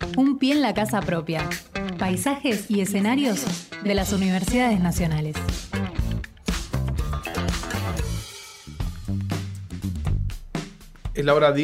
Un pie en la casa propia. Paisajes y escenarios de las universidades nacionales. Es la hora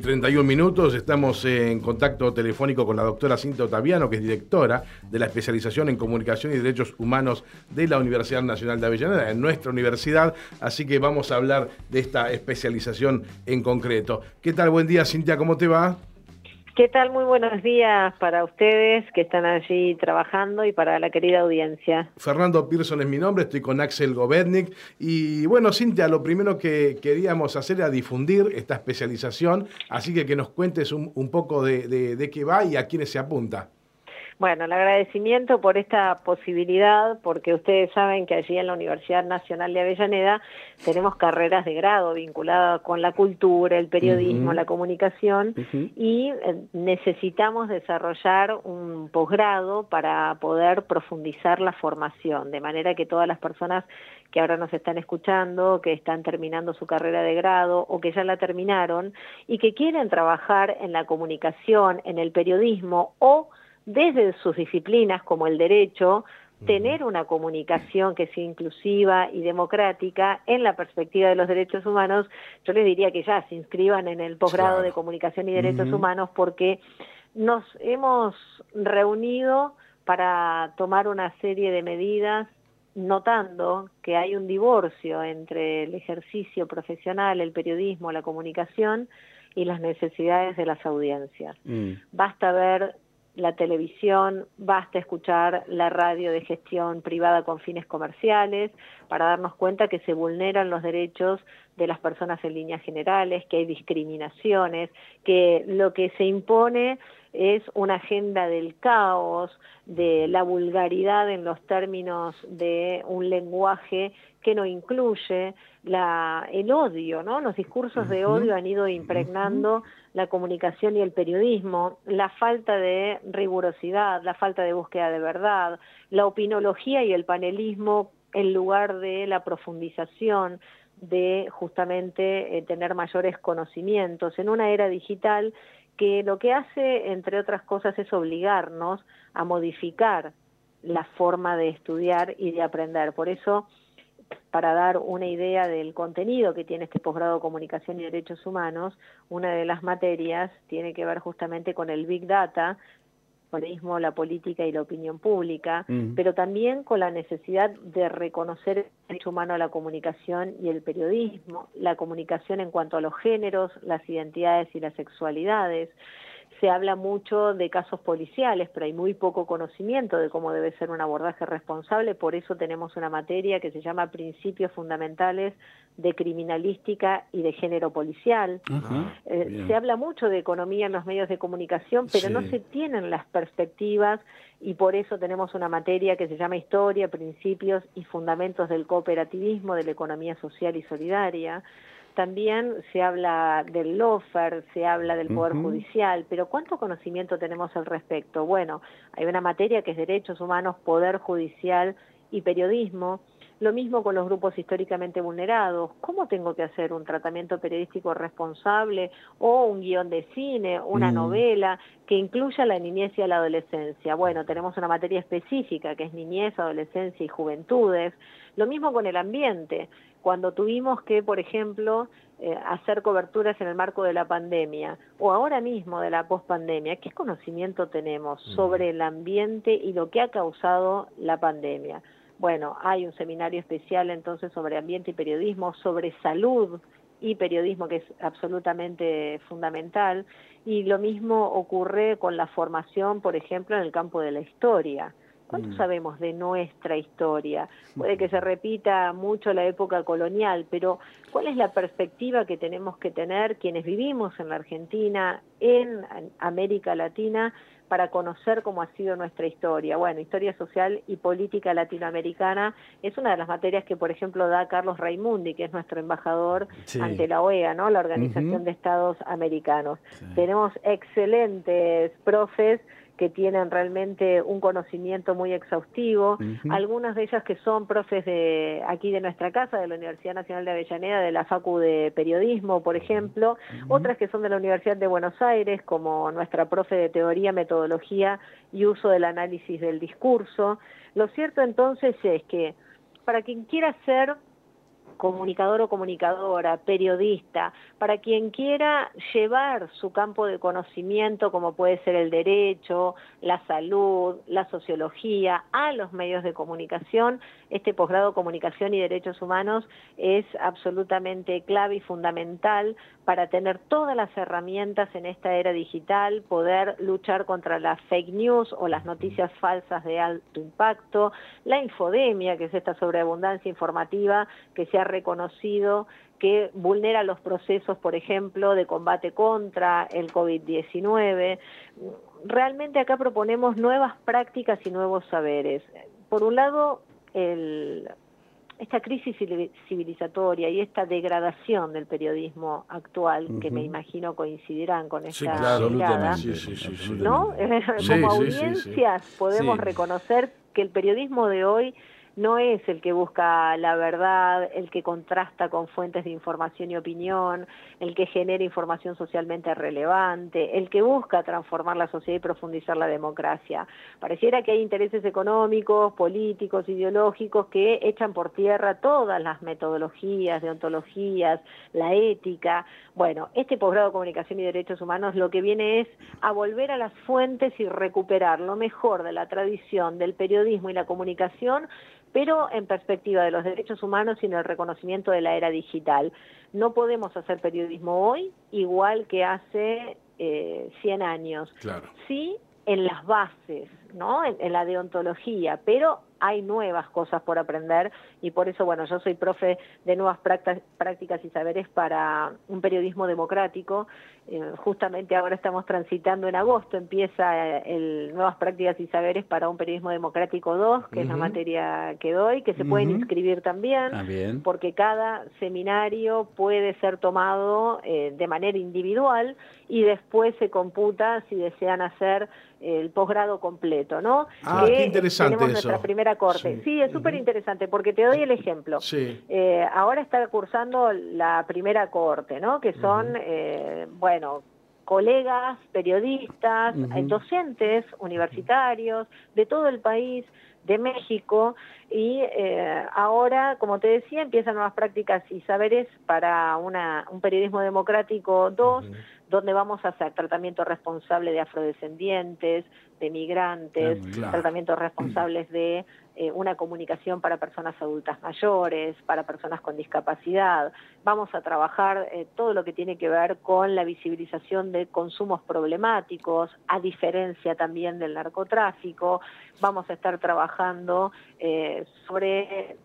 10:31. Estamos en contacto telefónico con la doctora Cintia Ottaviano, que es directora de la especialización en comunicación y derechos humanos de la Universidad Nacional de Avellaneda, en nuestra universidad. Así que vamos a hablar de esta especialización en concreto. ¿Qué tal? Buen día, Cintia, ¿cómo te va? ¿Qué tal? Muy buenos días para ustedes que están allí trabajando y para la querida audiencia. Fernando Pearson es mi nombre, estoy con Axel Govetnik. Y bueno, Cintia, lo primero que queríamos hacer era difundir esta especialización, así que nos cuentes un poco de qué va y a quiénes se apunta. Bueno, el agradecimiento por esta posibilidad, porque ustedes saben que allí en la Universidad Nacional de Avellaneda tenemos carreras de grado vinculadas con la cultura, el periodismo, la comunicación, y necesitamos desarrollar un posgrado para poder profundizar la formación, de manera que todas las personas que ahora nos están escuchando, que están terminando su carrera de grado o que ya la terminaron y que quieren trabajar en la comunicación, en el periodismo o desde sus disciplinas como el derecho, tener una comunicación que sea inclusiva y democrática en la perspectiva de los derechos humanos. Yo les diría que ya se inscriban en el posgrado de comunicación y derechos humanos, porque nos hemos reunido para tomar una serie de medidas notando que hay un divorcio entre el ejercicio profesional, el periodismo, la comunicación y las necesidades de las audiencias. Basta ver la televisión, basta escuchar la radio de gestión privada con fines comerciales para darnos cuenta que se vulneran los derechos de las personas en líneas generales, que hay discriminaciones, que lo que se impone es una agenda del caos, de la vulgaridad en los términos de un lenguaje que no incluye el odio, ¿no? Los discursos de odio han ido impregnando la comunicación y el periodismo, la falta de rigurosidad, la falta de búsqueda de verdad, la opinología y el panelismo en lugar de la profundización, de justamente tener mayores conocimientos en una era digital que lo que hace, entre otras cosas, es obligarnos a modificar la forma de estudiar y de aprender. Por eso, para dar una idea del contenido que tiene este posgrado de Comunicación y Derechos Humanos, una de las materias tiene que ver justamente con el Big Data, el periodismo, la política y la opinión pública, pero también con la necesidad de reconocer el derecho humano a la comunicación y el periodismo, la comunicación en cuanto a los géneros, las identidades y las sexualidades. Se habla mucho de casos policiales, pero hay muy poco conocimiento de cómo debe ser un abordaje responsable. Por eso tenemos una materia que se llama Principios Fundamentales de Criminalística y de Género Policial. Se habla mucho de economía en los medios de comunicación, pero no se tienen las perspectivas, y por eso tenemos una materia que se llama Historia, Principios y Fundamentos del Cooperativismo, de la Economía Social y Solidaria. También se habla del lawfare, se habla del Poder Judicial, pero ¿cuánto conocimiento tenemos al respecto? Bueno, hay una materia que es Derechos Humanos, Poder Judicial y Periodismo. Lo mismo con los grupos históricamente vulnerados. ¿Cómo tengo que hacer un tratamiento periodístico responsable o un guión de cine, una novela que incluya la niñez y a la adolescencia? Bueno, tenemos una materia específica que es niñez, adolescencia y juventudes. Lo mismo con el ambiente. Cuando tuvimos que, por ejemplo, hacer coberturas en el marco de la pandemia o ahora mismo de la pospandemia, ¿qué conocimiento tenemos sobre el ambiente y lo que ha causado la pandemia? Bueno, hay un seminario especial entonces sobre ambiente y periodismo, sobre salud y periodismo, que es absolutamente fundamental, y lo mismo ocurre con la formación, por ejemplo, en el campo de la historia. ¿Cuánto sabemos de nuestra historia? Puede que se repita mucho la época colonial, pero ¿cuál es la perspectiva que tenemos que tener quienes vivimos en la Argentina, en América Latina, para conocer cómo ha sido nuestra historia? Bueno, historia social y política latinoamericana es una de las materias que, por ejemplo, da Carlos Raimundi, que es nuestro embajador ante la OEA, ¿no? La Organización de Estados Americanos. Tenemos excelentes profes que tienen realmente un conocimiento muy exhaustivo, algunas de ellas que son profes de aquí de nuestra casa, de la Universidad Nacional de Avellaneda, de la Facu de Periodismo, por ejemplo, otras que son de la Universidad de Buenos Aires, como nuestra profe de Teoría, Metodología y Uso del Análisis del Discurso. Lo cierto entonces es que para quien quiera ser comunicador o comunicadora, periodista, para quien quiera llevar su campo de conocimiento, como puede ser el derecho, la salud, la sociología, a los medios de comunicación, este posgrado Comunicación y Derechos Humanos es absolutamente clave y fundamental para tener todas las herramientas en esta era digital, poder luchar contra las fake news o las noticias falsas de alto impacto, la infodemia, que es esta sobreabundancia informativa que se ha reconocido que vulnera los procesos, por ejemplo, de combate contra el COVID-19. Realmente acá proponemos nuevas prácticas y nuevos saberes. Por un lado, esta crisis civilizatoria y esta degradación del periodismo actual, que me imagino coincidirán con esta mirada, ¿no? Como audiencias podemos reconocer que el periodismo de hoy no es el que busca la verdad, el que contrasta con fuentes de información y opinión, el que genera información socialmente relevante, el que busca transformar la sociedad y profundizar la democracia. Pareciera que hay intereses económicos, políticos, ideológicos que echan por tierra todas las metodologías, deontologías, la ética. Bueno, este posgrado de Comunicación y Derechos Humanos lo que viene es a volver a las fuentes y recuperar lo mejor de la tradición del periodismo y la comunicación, pero en perspectiva de los derechos humanos y en el reconocimiento de la era digital. No podemos hacer periodismo hoy igual que hace 100 años. Claro. Sí, en las bases, ¿no? En la deontología, pero hay nuevas cosas por aprender y por eso, bueno, yo soy profe de nuevas prácticas y saberes para un periodismo democrático. Justamente ahora estamos transitando en agosto, empieza el Nuevas Prácticas y Saberes para un Periodismo Democrático 2, que es la materia que doy, que se pueden inscribir también, porque cada seminario puede ser tomado de manera individual y después se computa si desean hacer el posgrado completo, ¿no? Qué interesante tenemos eso. Nuestra primera corte. Sí, es súper interesante, porque te doy el ejemplo. Ahora está cursando la primera corte, ¿no? Que son, bueno, colegas, periodistas, docentes universitarios de todo el país, de México, y ahora, como te decía, empiezan nuevas prácticas y saberes para un periodismo democrático 2, donde vamos a hacer tratamiento responsable de afrodescendientes, de migrantes, tratamientos responsables de una comunicación para personas adultas mayores, para personas con discapacidad. Vamos a trabajar todo lo que tiene que ver con la visibilización de consumos problemáticos, a diferencia también del narcotráfico. Vamos a estar trabajando sobre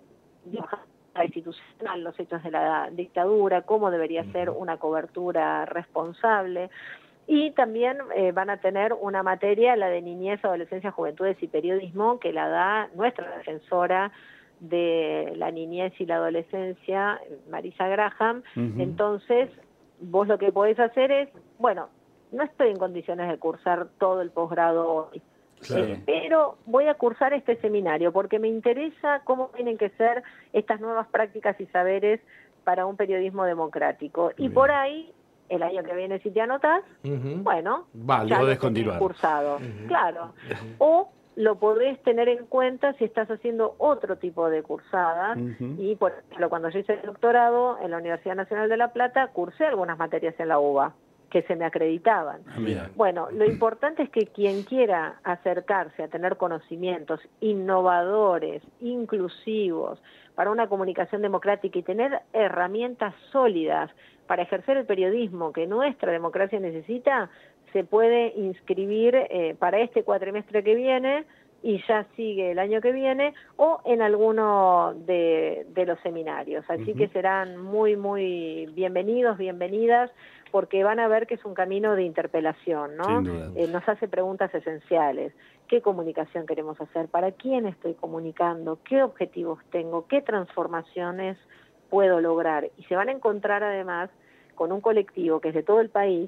la institucional, los hechos de la dictadura, cómo debería ser una cobertura responsable. Y también van a tener una materia, la de niñez, adolescencia, juventudes y periodismo, que la da nuestra defensora de la niñez y la adolescencia, Marisa Graham. Entonces, vos lo que podés hacer es, bueno, no estoy en condiciones de cursar todo el posgrado hoy, pero voy a cursar este seminario porque me interesa cómo tienen que ser estas nuevas prácticas y saberes para un periodismo democrático. Y por ahí, el año que viene, si te anotás, bueno, ya lo tenés cursado. Claro. O lo podés tener en cuenta si estás haciendo otro tipo de cursadas. Y, por ejemplo, cuando yo hice el doctorado en la Universidad Nacional de La Plata, cursé algunas materias en la UBA que se me acreditaban. Bueno, lo importante es que quien quiera acercarse a tener conocimientos innovadores, inclusivos, para una comunicación democrática y tener herramientas sólidas para ejercer el periodismo que nuestra democracia necesita, se puede inscribir para este cuatrimestre que viene y ya sigue el año que viene, o en alguno de los seminarios. Así que serán muy, muy bienvenidos, bienvenidas, porque van a ver que es un camino de interpelación, ¿no? Nos hace preguntas esenciales. ¿Qué comunicación queremos hacer? ¿Para quién estoy comunicando? ¿Qué objetivos tengo? ¿Qué transformaciones puedo lograr? Y se van a encontrar además con un colectivo que es de todo el país,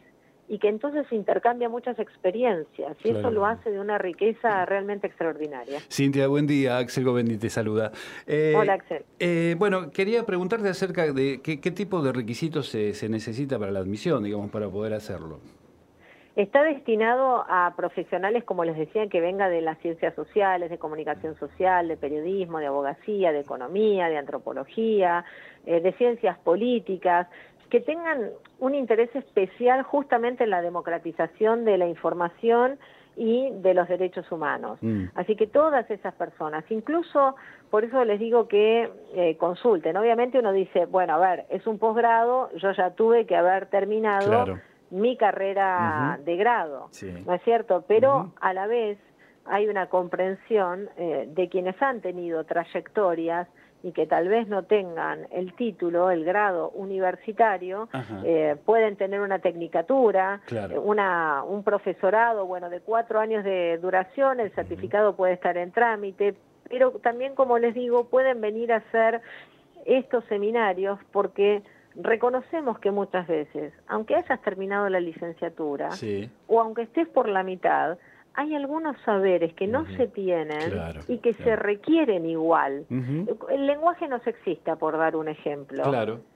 y que entonces intercambia muchas experiencias, y eso lo hace de una riqueza realmente extraordinaria. Cintia, buen día. Axel Govendi te saluda. Hola, Axel. Bueno, quería preguntarte acerca de qué tipo de requisitos se necesita para la admisión, digamos, para poder hacerlo. Está destinado a profesionales, como les decía, que venga de las ciencias sociales, de comunicación social, de periodismo, de abogacía, de economía, de antropología, de ciencias políticas, que tengan un interés especial justamente en la democratización de la información y de los derechos humanos. Así que todas esas personas, incluso por eso les digo que consulten. Obviamente uno dice, bueno, a ver, es un posgrado, yo ya tuve que haber terminado mi carrera de grado, ¿no es cierto? Pero a la vez hay una comprensión de quienes han tenido trayectorias y que tal vez no tengan el título, el grado universitario, pueden tener una tecnicatura, un profesorado, bueno, de 4 años de duración, el certificado puede estar en trámite, pero también, como les digo, pueden venir a hacer estos seminarios porque reconocemos que muchas veces, aunque hayas terminado la licenciatura o aunque estés por la mitad, hay algunos saberes que no se tienen y que se requieren igual. El lenguaje no sexista, por dar un ejemplo.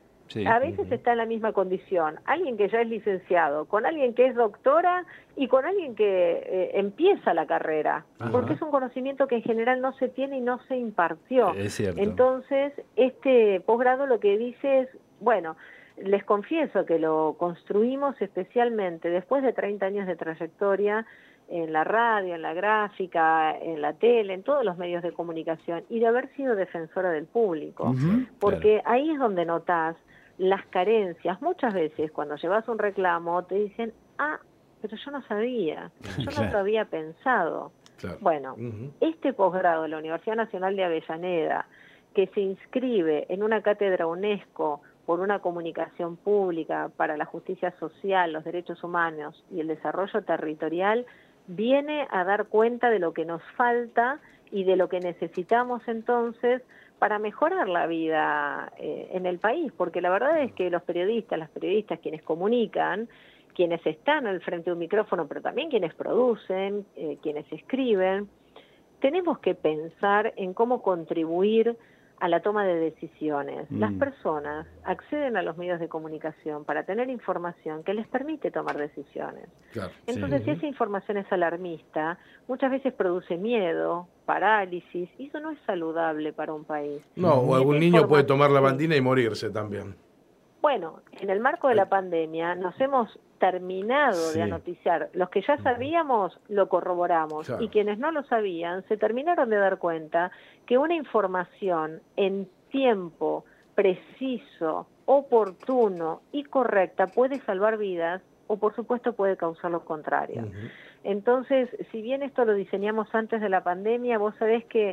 A veces está en la misma condición alguien que ya es licenciado, con alguien que es doctora y con alguien que empieza la carrera, porque es un conocimiento que en general no se tiene y no se impartió. Entonces, este posgrado lo que dice es, bueno, les confieso que lo construimos especialmente después de 30 años de trayectoria en la radio, en la gráfica, en la tele, en todos los medios de comunicación, y de haber sido defensora del público, porque ahí es donde notás las carencias. Muchas veces cuando llevas un reclamo te dicen, pero yo no sabía, yo no lo había pensado. Bueno, este posgrado de la Universidad Nacional de Avellaneda, que se inscribe en una cátedra UNESCO por una comunicación pública para la justicia social, los derechos humanos y el desarrollo territorial, viene a dar cuenta de lo que nos falta y de lo que necesitamos entonces para mejorar la vida en el país, porque la verdad es que los periodistas, las periodistas, quienes comunican, quienes están al frente de un micrófono, pero también quienes producen, quienes escriben, tenemos que pensar en cómo contribuir a la toma de decisiones. Las personas acceden a los medios de comunicación para tener información que les permite tomar decisiones. Entonces, si esa información es alarmista, muchas veces produce miedo, parálisis, y eso no es saludable para un país. No, o algún niño puede tomar la bandina y morirse también. Bueno, en el marco de la pandemia nos hemos terminado de anoticiar. Los que ya sabíamos lo corroboramos y quienes no lo sabían se terminaron de dar cuenta que una información en tiempo preciso, oportuno y correcta puede salvar vidas o por supuesto puede causar lo contrario. Entonces, si bien esto lo diseñamos antes de la pandemia, vos sabés que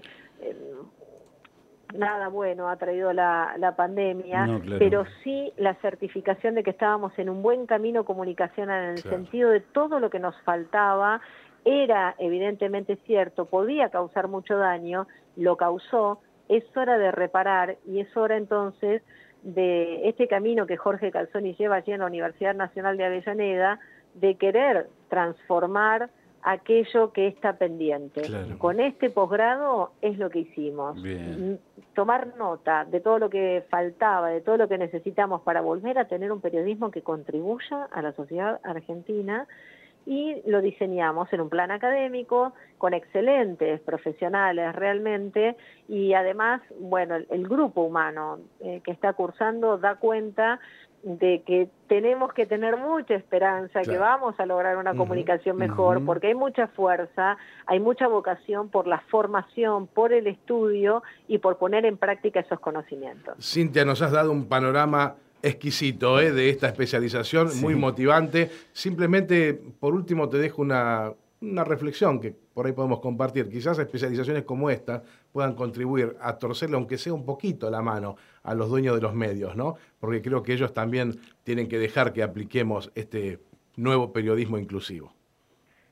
nada bueno ha traído la pandemia, pero sí la certificación de que estábamos en un buen camino comunicacional en el sentido de todo lo que nos faltaba era evidentemente cierto, podía causar mucho daño, lo causó, es hora de reparar y es hora entonces de este camino que Jorge Calzoni lleva allí en la Universidad Nacional de Avellaneda, de querer transformar aquello que está pendiente. Con este posgrado es lo que hicimos. Tomar nota de todo lo que faltaba, de todo lo que necesitamos para volver a tener un periodismo que contribuya a la sociedad argentina, y lo diseñamos en un plan académico con excelentes profesionales realmente, y además, bueno, el grupo humano que está cursando da cuenta de que tenemos que tener mucha esperanza, que vamos a lograr una comunicación mejor, porque hay mucha fuerza, hay mucha vocación por la formación, por el estudio y por poner en práctica esos conocimientos. Cintia, nos has dado un panorama exquisito de esta especialización, muy motivante. Simplemente, por último, te dejo una reflexión que por ahí podemos compartir. Quizás especializaciones como esta puedan contribuir a torcerle, aunque sea un poquito, la mano a los dueños de los medios, ¿no? Porque creo que ellos también tienen que dejar que apliquemos este nuevo periodismo inclusivo.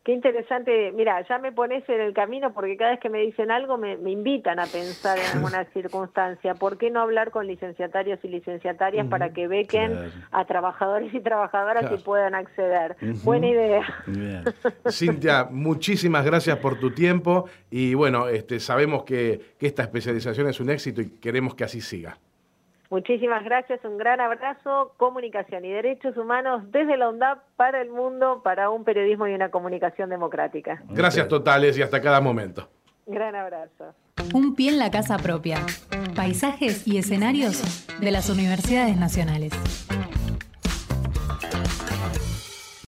Qué interesante. Mira, ya me pones en el camino porque cada vez que me dicen algo me invitan a pensar en alguna circunstancia. ¿Por qué no hablar con licenciatarios y licenciatarias para que bequen a trabajadores y trabajadoras y puedan acceder? Buena idea. Bien. Cintia, muchísimas gracias por tu tiempo y bueno, sabemos que esta especialización es un éxito y queremos que así siga. Muchísimas gracias, un gran abrazo. Comunicación y Derechos Humanos desde la UNDAP para el mundo, para un periodismo y una comunicación democrática. Gracias totales y hasta cada momento. Gran abrazo. Un pie en la casa propia. Paisajes y escenarios de las universidades nacionales.